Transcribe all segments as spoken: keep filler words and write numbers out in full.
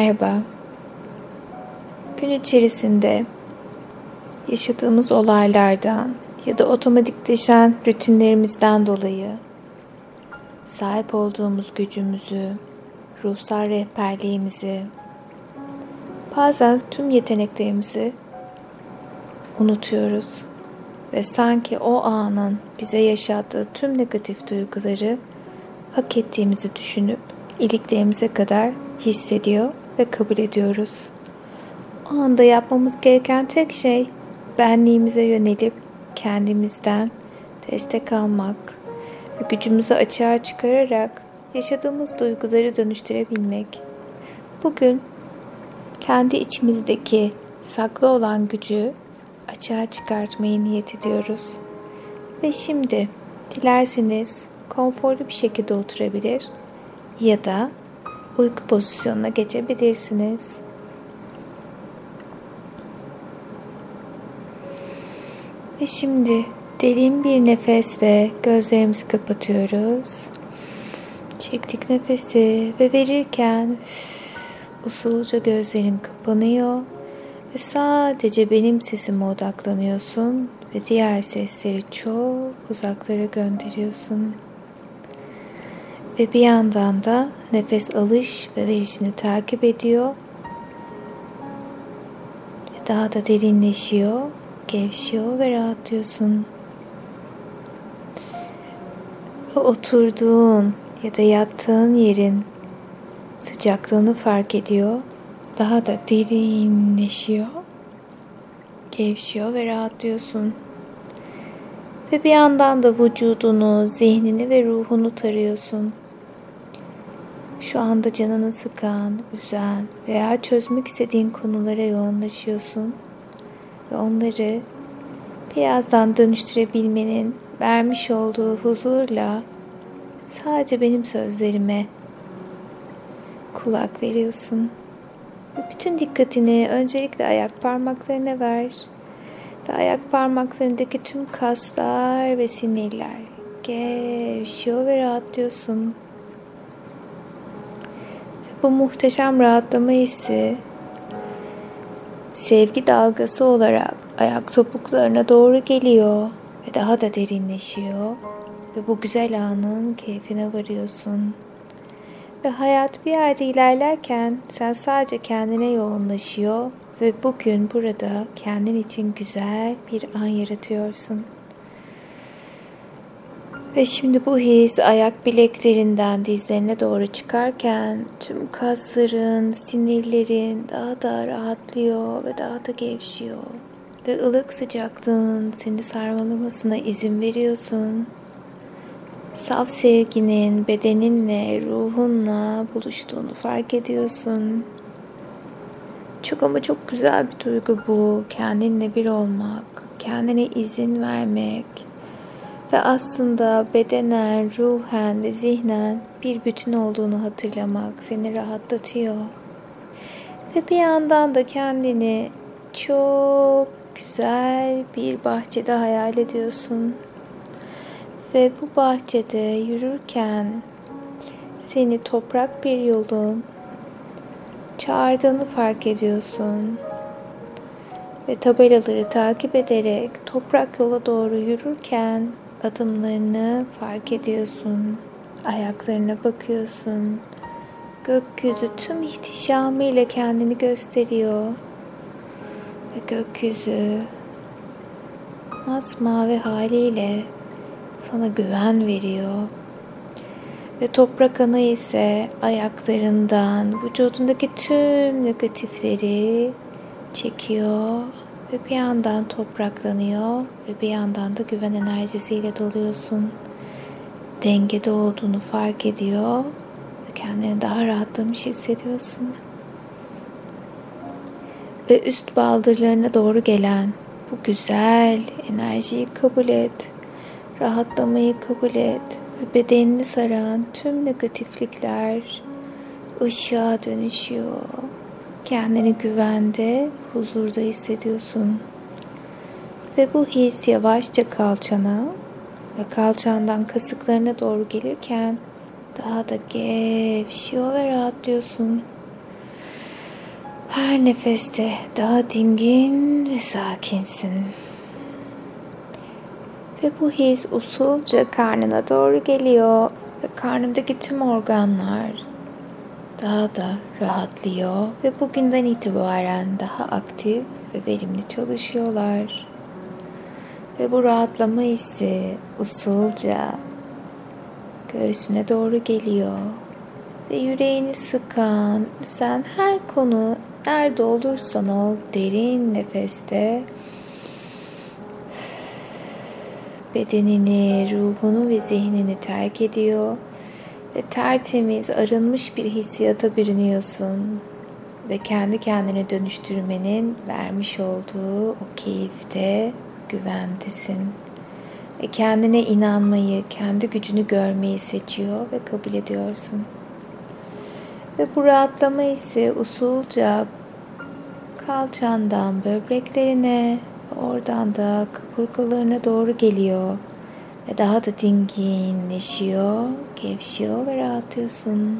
Merhaba. Gün içerisinde yaşadığımız olaylardan ya da otomatikleşen rutinlerimizden dolayı sahip olduğumuz gücümüzü, ruhsal rehberliğimizi, bazen tüm yeteneklerimizi unutuyoruz ve sanki o anın bize yaşattığı tüm negatif duyguları hak ettiğimizi düşünüp iliklerimize kadar hissediyor ve kabul ediyoruz. O anda yapmamız gereken tek şey benliğimize yönelip kendimizden destek almak ve gücümüzü açığa çıkararak yaşadığımız duyguları dönüştürebilmek. Bugün kendi içimizdeki saklı olan gücü açığa çıkartmayı niyet ediyoruz. Ve şimdi dilerseniz konforlu bir şekilde oturabilir ya da uyku pozisyonuna geçebilirsiniz. Ve şimdi derin bir nefesle gözlerimizi kapatıyoruz. Çektik nefesi ve verirken üf, usulca gözlerin kapanıyor ve sadece benim sesime odaklanıyorsun ve diğer sesleri çok uzaklara gönderiyorsun. Ve bir yandan da nefes alış ve verişini takip ediyor. Ve daha da derinleşiyor, gevşiyor ve rahatlıyorsun. Ve oturduğun ya da yattığın yerin sıcaklığını fark ediyor. Daha da derinleşiyor, gevşiyor ve rahatlıyorsun. Ve bir yandan da vücudunu, zihnini ve ruhunu tarıyorsun. Şu anda canını sıkan, üzen veya çözmek istediğin konulara yoğunlaşıyorsun. Ve onları birazdan dönüştürebilmenin vermiş olduğu huzurla sadece benim sözlerime kulak veriyorsun. Ve bütün dikkatini öncelikle ayak parmaklarına ver. Ve ayak parmaklarındaki tüm kaslar ve sinirler gevşiyor ve rahatlıyorsun. Bu muhteşem rahatlama hissi sevgi dalgası olarak ayak topuklarına doğru geliyor ve daha da derinleşiyor ve bu güzel anın keyfine varıyorsun. Ve hayat bir yerde ilerlerken sen sadece kendine yoğunlaşıyor ve bugün burada kendin için güzel bir an yaratıyorsun. Ve şimdi bu his ayak bileklerinden dizlerine doğru çıkarken tüm kasların, sinirlerin daha da rahatlıyor ve daha da gevşiyor. Ve ılık sıcaklığın seni sarmalamasına izin veriyorsun. Saf sevginin bedeninle, ruhunla buluştuğunu fark ediyorsun. Çok ama çok güzel bir duygu bu. Kendinle bir olmak, kendine izin vermek. Ve aslında bedenen, ruhen ve zihnen bir bütün olduğunu hatırlamak seni rahatlatıyor. Ve bir yandan da kendini çok güzel bir bahçede hayal ediyorsun. Ve bu bahçede yürürken seni toprak bir yolun çağırdığını fark ediyorsun. Ve tabelaları takip ederek toprak yola doğru yürürken adımlarını fark ediyorsun. Ayaklarına bakıyorsun. Gökyüzü tüm ihtişamıyla kendini gösteriyor. Ve gökyüzü masmavi haliyle sana güven veriyor. Ve toprak ana ise ayaklarından vücudundaki tüm negatifleri çekiyor. Ve bir yandan topraklanıyor ve bir yandan da güven enerjisiyle doluyorsun. Dengede olduğunu fark ediyor ve kendini daha rahatlamış hissediyorsun. Ve üst baldırlarına doğru gelen bu güzel enerjiyi kabul et. Rahatlamayı kabul et. Ve bedenini saran tüm negatiflikler ışığa dönüşüyor. Kendini güvende, huzurda hissediyorsun. Ve bu his yavaşça kalçana ve kalçandan kasıklarına doğru gelirken daha da gevşiyor ve rahatlıyorsun. Her nefeste daha dingin ve sakinsin. Ve bu his usulca karnına doğru geliyor ve karnındaki tüm organlar daha da rahatlıyor ve bugünden itibaren daha aktif ve verimli çalışıyorlar. Ve bu rahatlama hissi usulca göğsüne doğru geliyor ve yüreğini sıkan, üzen her konu nerede olursan ol derin nefeste bedenini, ruhunu ve zihnini terk ediyor ve tertemiz, arınmış bir hissiyata bürünüyorsun ve kendi kendine dönüştürmenin vermiş olduğu o keyifte, güvendesin ve kendine inanmayı, kendi gücünü görmeyi seçiyor ve kabul ediyorsun. Ve bu rahatlama hissi usulca kalçandan böbreklerine, oradan da kaburgalarına doğru geliyor ve daha da dinginleşiyor, gevşiyor ve rahatlıyorsun.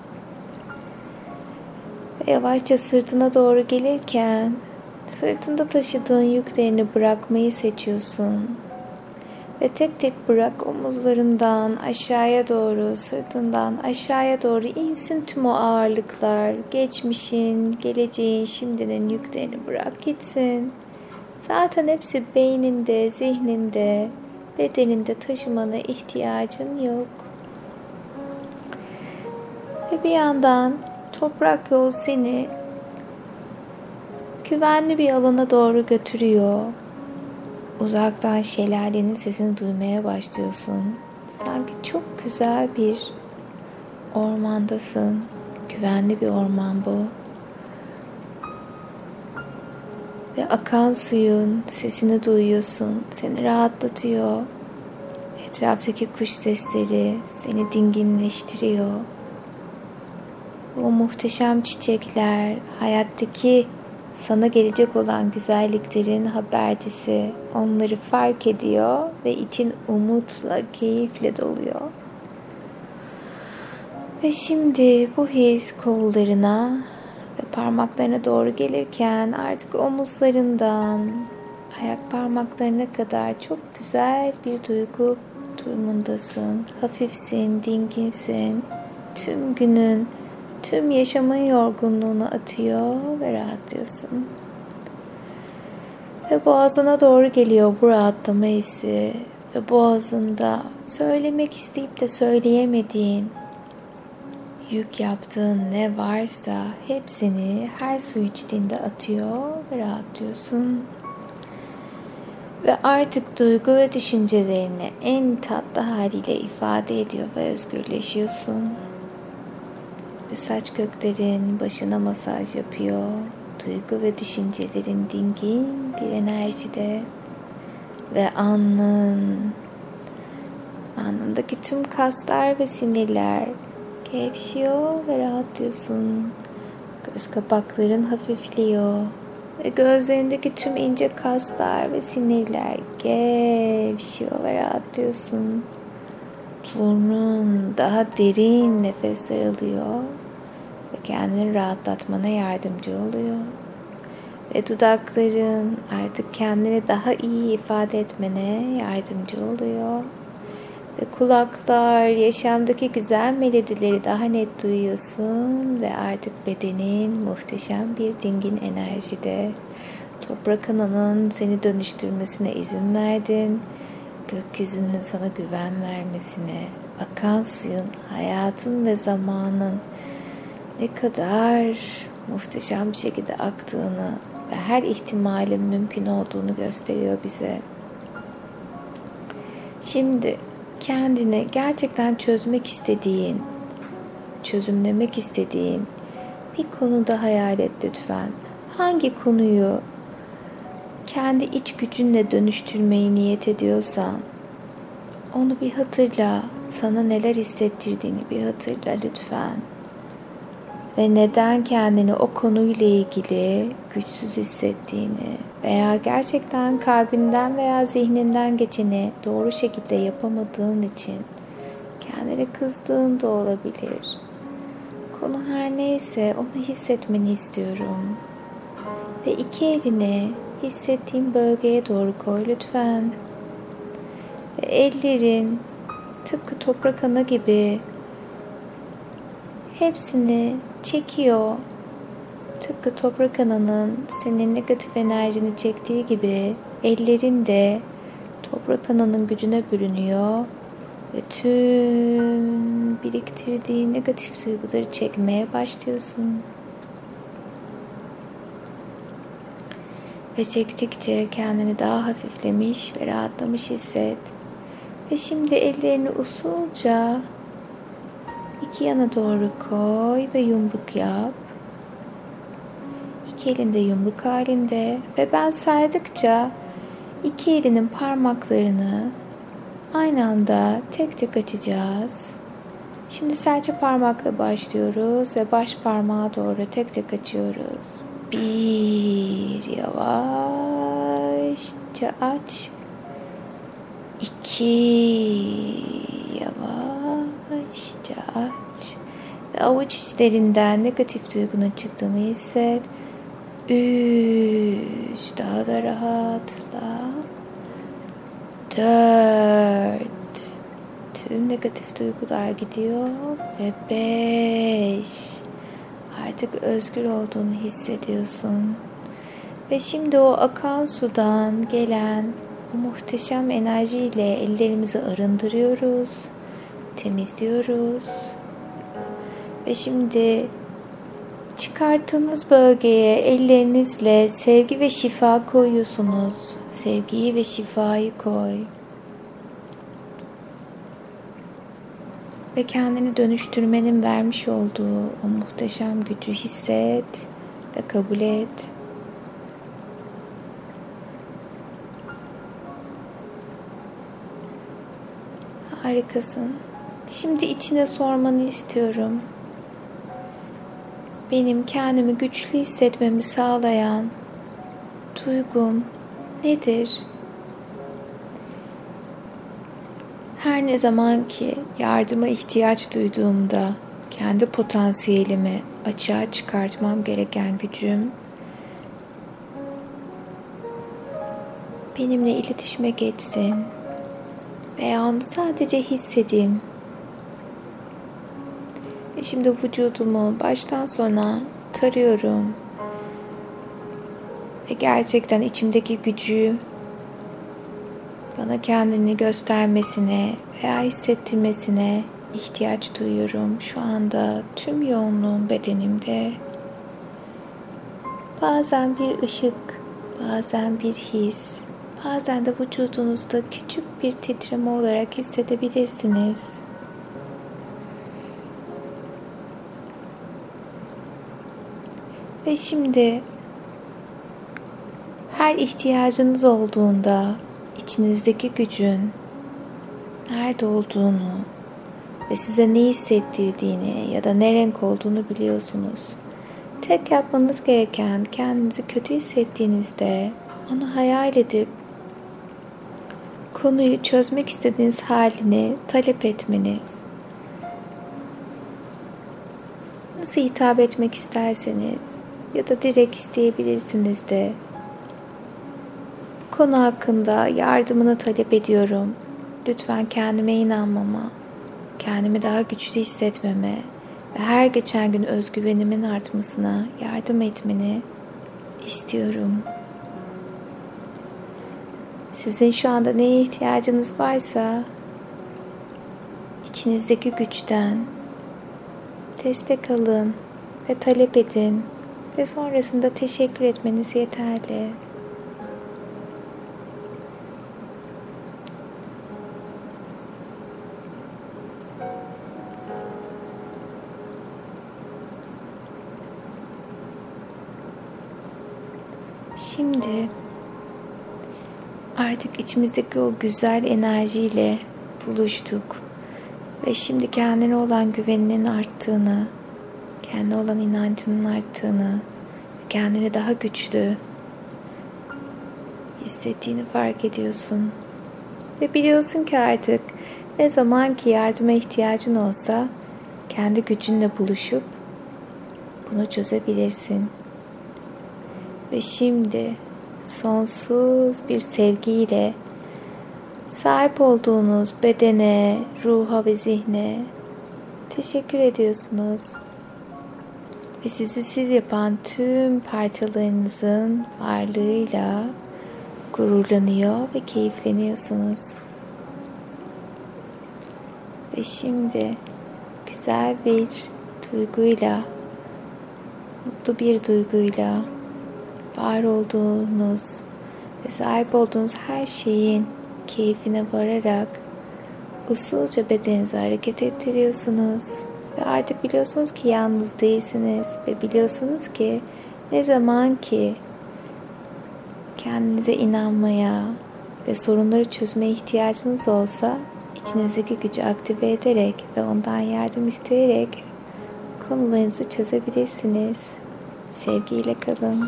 Ve yavaşça sırtına doğru gelirken sırtında taşıdığın yüklerini bırakmayı seçiyorsun. Ve tek tek bırak, omuzlarından aşağıya doğru, sırtından aşağıya doğru insin tüm o ağırlıklar. Geçmişin, geleceğin, şimdinin yüklerini bırak gitsin. Zaten hepsi beyninde, zihninde, bedeninde taşımana ihtiyacın yok. Ve bir yandan toprak yol seni güvenli bir alana doğru götürüyor. Uzaktan şelalenin sesini duymaya başlıyorsun. Sanki çok güzel bir ormandasın. Güvenli bir orman bu. Ve akan suyun sesini duyuyorsun. Seni rahatlatıyor. Etraftaki kuş sesleri seni dinginleştiriyor. O muhteşem çiçekler, hayattaki sana gelecek olan güzelliklerin habercisi, onları fark ediyor ve için umutla, keyifle doluyor. Ve şimdi bu his kollarına ve parmaklarına doğru gelirken artık omuzlarından ayak parmaklarına kadar çok güzel bir duygu durumundasın. Hafifsin, dinginsin. Tüm günün, tüm yaşamın yorgunluğunu atıyor ve rahatlıyorsun. Ve boğazına doğru geliyor bu rahatlama hissi. Ve boğazında söylemek isteyip de söyleyemediğin, yük yaptığın ne varsa hepsini her su içtiğinde atıyor ve rahatlıyorsun. Ve artık duygu ve düşüncelerini en tatlı haliyle ifade ediyor ve özgürleşiyorsun. Ve saç köklerin başına masaj yapıyor. Duygu ve düşüncelerin dingin bir enerjide. Ve alnın, alnındaki tüm kaslar ve sinirler gevşiyor ve rahatlıyorsun. Göz kapakların hafifliyor. Ve gözlerindeki tüm ince kaslar ve sinirler gevşiyor ve rahatlıyorsun. Burnun daha derin nefesler alıyor ve kendini rahatlatmana yardımcı oluyor. Ve dudakların artık kendini daha iyi ifade etmene yardımcı oluyor. Ve kulaklar yaşamdaki güzel melodileri daha net duyuyorsun ve artık bedenin muhteşem bir dingin enerjide. Toprak ananın seni dönüştürmesine izin verdin. Gökyüzünün sana güven vermesine, akan suyun, hayatın ve zamanın ne kadar muhteşem bir şekilde aktığını ve her ihtimalin mümkün olduğunu gösteriyor bize. Şimdi kendine gerçekten çözmek istediğin, çözümlemek istediğin bir konuda hayal et lütfen. Hangi konuyu kendi iç gücünle dönüştürmeyi niyet ediyorsan onu bir hatırla. Sana neler hissettirdiğini bir hatırla lütfen. Ve neden kendini o konuyla ilgili güçsüz hissettiğini veya gerçekten kalbinden veya zihninden geçeni doğru şekilde yapamadığın için kendine kızdığın da olabilir. Konu her neyse onu hissetmeni istiyorum. Ve iki elini hissettiğin bölgeye doğru koy lütfen. Ve ellerin tıpkı toprak ana gibi hepsini çekiyor. Tıpkı toprak ananın senin negatif enerjini çektiği gibi ellerin de toprak ananın gücüne bürünüyor ve tüm biriktirdiğin negatif duyguları çekmeye başlıyorsun. Ve çektikçe kendini daha hafiflemiş ve rahatlamış hisset. Ve şimdi ellerini usulca iki yana doğru koy ve yumruk yap. İki elinde yumruk halinde ve ben saydıkça iki elinin parmaklarını aynı anda tek tek açacağız. Şimdi serçe parmakla başlıyoruz ve baş parmağa doğru tek tek açıyoruz. Bir, yavaşça aç. İki, yavaşça aç. Ve avuç içlerinden negatif duygunun çıktığını hisset. Üç, daha da rahatla. Dört, tüm negatif duygular gidiyor. Ve beş, artık özgür olduğunu hissediyorsun. Ve şimdi o akan sudan gelen o muhteşem enerjiyle ellerimizi arındırıyoruz, temizliyoruz. Ve şimdi çıkarttığınız bölgeye ellerinizle sevgi ve şifa koyuyorsunuz. Sevgiyi ve şifayı koy. Ve kendini dönüştürmenin vermiş olduğu o muhteşem gücü hisset ve kabul et. Harikasın. Şimdi içine sormanı istiyorum. Benim kendimi güçlü hissetmemi sağlayan duygum nedir? Her ne zaman ki yardıma ihtiyaç duyduğumda kendi potansiyelimi açığa çıkartmam gereken gücüm benimle iletişime geçsin veya onu sadece hissedeyim. Ve şimdi vücudumu baştan sona tarıyorum ve gerçekten içimdeki gücü bana kendini göstermesine veya hissettirmesine ihtiyaç duyuyorum. Şu anda tüm yoğunluğum bedenimde. Bazen bir ışık, bazen bir his, bazen de vücudunuzda küçük bir titreme olarak hissedebilirsiniz. Ve şimdi her ihtiyacınız olduğunda içinizdeki gücün nerede olduğunu ve size ne hissettirdiğini ya da ne renk olduğunu biliyorsunuz. Tek yapmanız gereken kendinizi kötü hissettiğinizde onu hayal edip konuyu çözmek istediğiniz halini talep etmeniz. Nasıl hitap etmek isterseniz ya da direkt isteyebilirsiniz de bu konu hakkında yardımını talep ediyorum. Lütfen kendime inanmama, kendimi daha güçlü hissetmeme ve her geçen gün özgüvenimin artmasına yardım etmeni istiyorum. Sizin şu anda neye ihtiyacınız varsa içinizdeki güçten destek alın ve talep edin ve sonrasında teşekkür etmeniz yeterli. Şimdi artık içimizdeki o güzel enerjiyle buluştuk ve şimdi kendine olan güveninin arttığını, kendine olan inancının arttığını, kendini daha güçlü hissettiğini fark ediyorsun. Ve biliyorsun ki artık ne zaman ki yardıma ihtiyacın olsa kendi gücünle buluşup bunu çözebilirsin. Ve şimdi sonsuz bir sevgiyle sahip olduğunuz bedene, ruha ve zihne teşekkür ediyorsunuz. Ve sizi siz yapan tüm parçalarınızın varlığıyla gururlanıyor ve keyifleniyorsunuz. Ve şimdi güzel bir duyguyla, mutlu bir duyguyla var olduğunuz ve sahip olduğunuz her şeyin keyfine vararak usulca bedeninizi hareket ettiriyorsunuz. Ve artık biliyorsunuz ki yalnız değilsiniz ve biliyorsunuz ki ne zaman ki kendinize inanmaya ve sorunları çözmeye ihtiyacınız olsa içinizdeki gücü aktive ederek ve ondan yardım isteyerek konularınızı çözebilirsiniz. Sevgiyle kalın.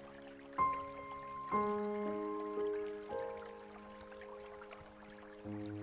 Thank you.